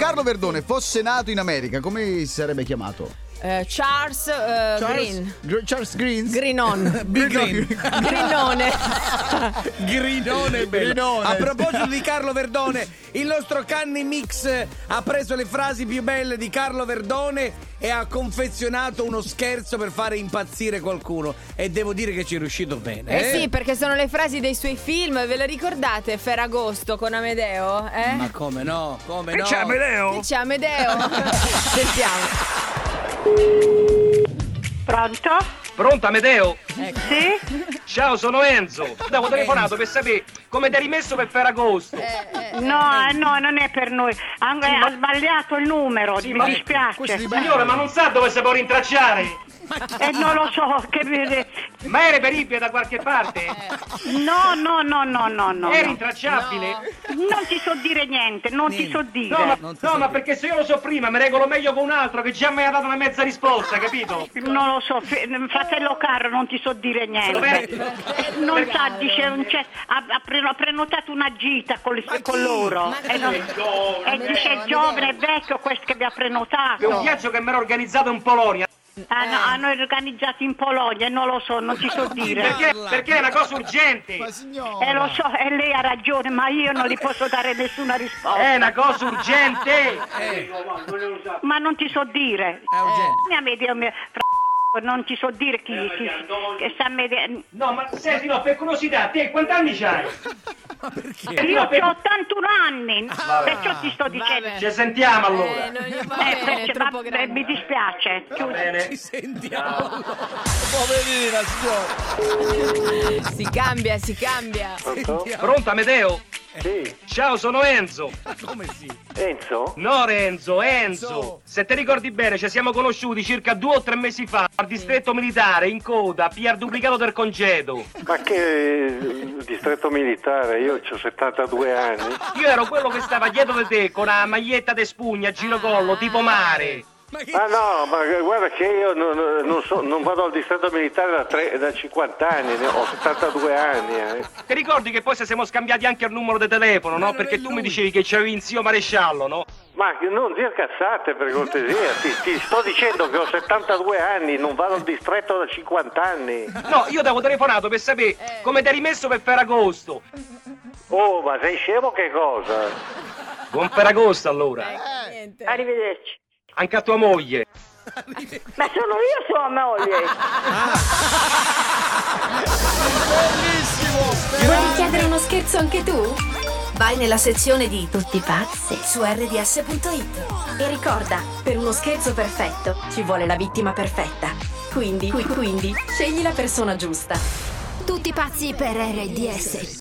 Carlo Verdone fosse nato in America, come si sarebbe chiamato? Charles Green. Charles Greens? Greenon. Big Green. Grinone. Grinone, bello. Grinone. A proposito di Carlo Verdone, il nostro Canny Mix ha preso le frasi più belle di Carlo Verdone e ha confezionato uno scherzo per fare impazzire qualcuno. E devo dire che ci è riuscito bene. Sì, perché sono le frasi dei suoi film. Ve le ricordate? Ferragosto con Amedeo? Ma come no? Come Che no? c'è, Amedeo? C'è Amedeo. Sentiamo. Pronto? Pronto, Amedeo? Sì? Ciao, sono Enzo. Avevo telefonato per sapere come ti hai rimesso per Ferragosto. No, non è per noi. Ha sbagliato il numero, Sì, mi ma- dispiace. Signore, ma non sa dove si può rintracciare? Non lo so, Ma era reperibile da qualche parte? no. È rintracciabile? Non ti so dire niente, non ti so dire. Ma perché se io lo so prima mi regolo meglio con un altro che già mi ha dato una mezza risposta, capito? Non lo so, fratello caro, non ti so dire niente. Non sa, dice, ha prenotato una gita con loro. E dice è giovane, è vecchio questo che vi ha È un prenotato. viaggio che mi ero organizzato in Polonia. Hanno organizzato in Polonia, non lo so, non ti so dire. Perché è una cosa urgente. Ma signora. Lo so, e lei ha ragione, ma io non gli posso dare nessuna risposta. È una cosa urgente. Ma non ti so dire. È urgente. Non ti so dire chi che sta No, ma senti, no, per curiosità, te quanti anni c'hai? Ma perché? Io ho 81 anni, perciò ti sto dicendo. Vabbè. Ci sentiamo allora. Non gli va bene, è troppo grande. Mi dispiace. Va bene. Ci sentiamo. Poverina, signora. Si cambia. Pronto, Amedeo? Sì, Ciao, sono Enzo. Come sì? Enzo? No, Enzo. Se ti ricordi bene, ci siamo conosciuti circa 2 o 3 mesi fa al distretto militare, in coda, PR duplicato del congedo. Ma che distretto militare? Io ho 72 anni. Io ero quello che stava dietro di te con la maglietta de spugna, girocollo, tipo mare. Ma che... Ah no, ma guarda che io non vado al distretto militare da 50 anni, ne ho 72 anni. Ti ricordi che poi se siamo scambiati anche il numero di telefono, no? Perché tu mi dicevi che c'avevi in zio maresciallo, no? Ma non dire cazzate per cortesia, ti sto dicendo che ho 72 anni, non vado al distretto da 50 anni. No, io ti avevo telefonato per sapere come ti hai rimesso per Ferragosto. Oh, ma sei scemo che cosa? Buon Ferragosto allora. Niente. Arrivederci. Anche a tua moglie. Ma sono io sua moglie. Vuoi chiedere uno scherzo anche tu? Vai nella sezione di Tutti pazzi su rds.it e ricorda, per uno scherzo perfetto ci vuole la vittima perfetta. Quindi scegli la persona giusta. Tutti pazzi per RDS.